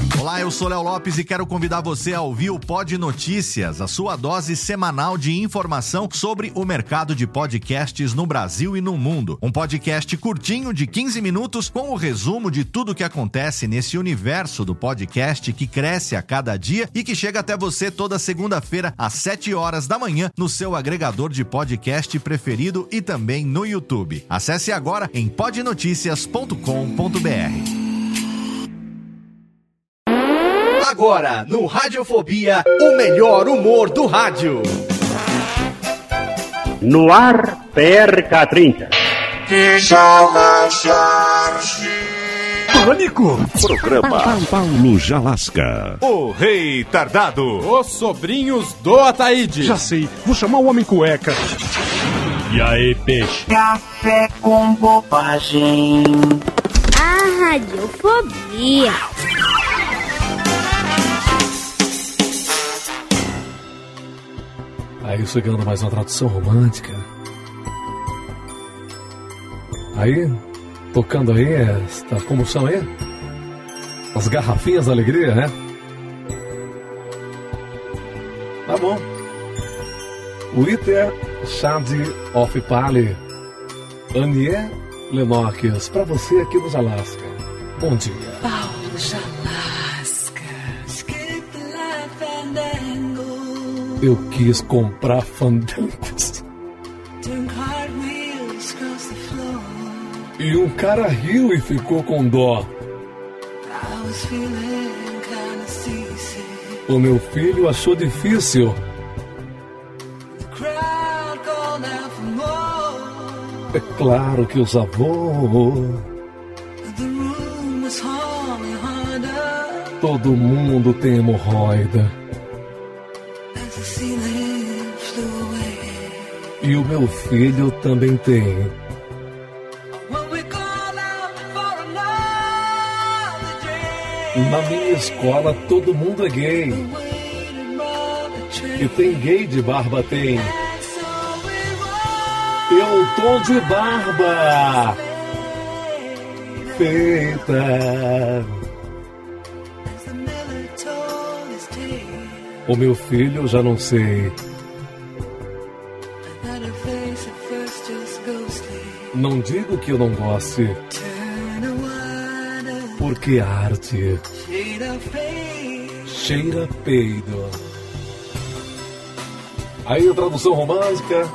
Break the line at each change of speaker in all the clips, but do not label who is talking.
Olá, eu sou Léo Lopes e quero convidar você a ouvir o Pod Notícias, a sua dose semanal de informação sobre o mercado de podcasts no Brasil e no mundo. Um podcast curtinho de 15 minutos com o resumo de tudo que acontece nesse universo do podcast que cresce a cada dia e que chega até você toda segunda-feira às 7 horas da manhã no seu agregador de podcast preferido e também no YouTube. Acesse agora em podnoticias.com.br. Agora, no Radiofobia, o melhor humor do rádio.
No ar, PRK30.
Pânico.
Programa Paulo Jalasca.
O Rei Tardado.
Os sobrinhos do Ataíde.
Já sei, vou chamar o Homem Cueca.
E aí, peixe?
Café com bobagem.
A Radiofobia.
Aí chegando mais uma tradução romântica. Aí, tocando aí, como chama aí? As garrafinhas da alegria, né? Tá bom. Witter Chade of Pali. Anier Lenokes, pra você aqui no Jalasca. Bom dia.
Paulo Jalasca.
Eu quis comprar fandangos. E um cara riu e ficou com dó. O meu filho achou difícil. É claro que os avôs. Todo mundo tem hemorroida. E o meu filho também tem. Na minha escola todo mundo é gay. E tem gay de barba, tem. Eu tô de barba feita. O meu filho já não sei. Não digo que eu não goste, porque arte cheira peido. Aí a tradução romântica.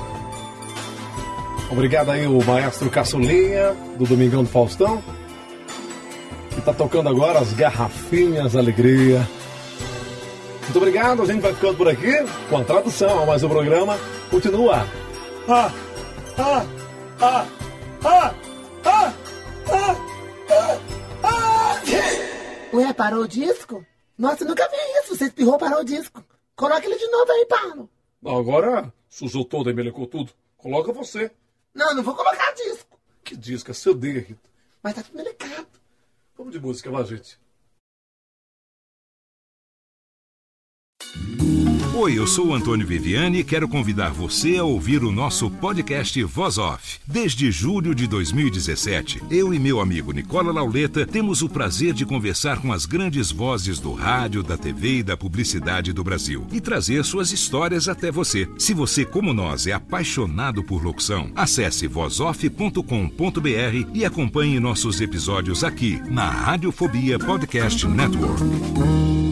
Obrigado aí o maestro Caçulinha do Domingão do Faustão, que tá tocando agora as garrafinhas da alegria. Muito obrigado, a gente vai ficando por aqui com a tradução, mas o programa continua.
Ué, parou o disco? Nossa, eu nunca vi isso. Você espirrou, parou o disco. Coloca ele de novo aí, Paulo.
Agora sujou todo e melecou tudo. Coloca você.
Não vou colocar disco.
Que disco? É CD, Rita.
Mas tá tudo melecado.
Vamos de música, vai, gente.
Oi, eu sou o Antônio Viviani e quero convidar você a ouvir o nosso podcast Voz Off. Desde julho de 2017, eu e meu amigo Nicola Lauleta temos o prazer de conversar com as grandes vozes do rádio, da TV e da publicidade do Brasil e trazer suas histórias até você. Se você, como nós, é apaixonado por locução, acesse vozoff.com.br e acompanhe nossos episódios aqui na Radiofobia Podcast Network.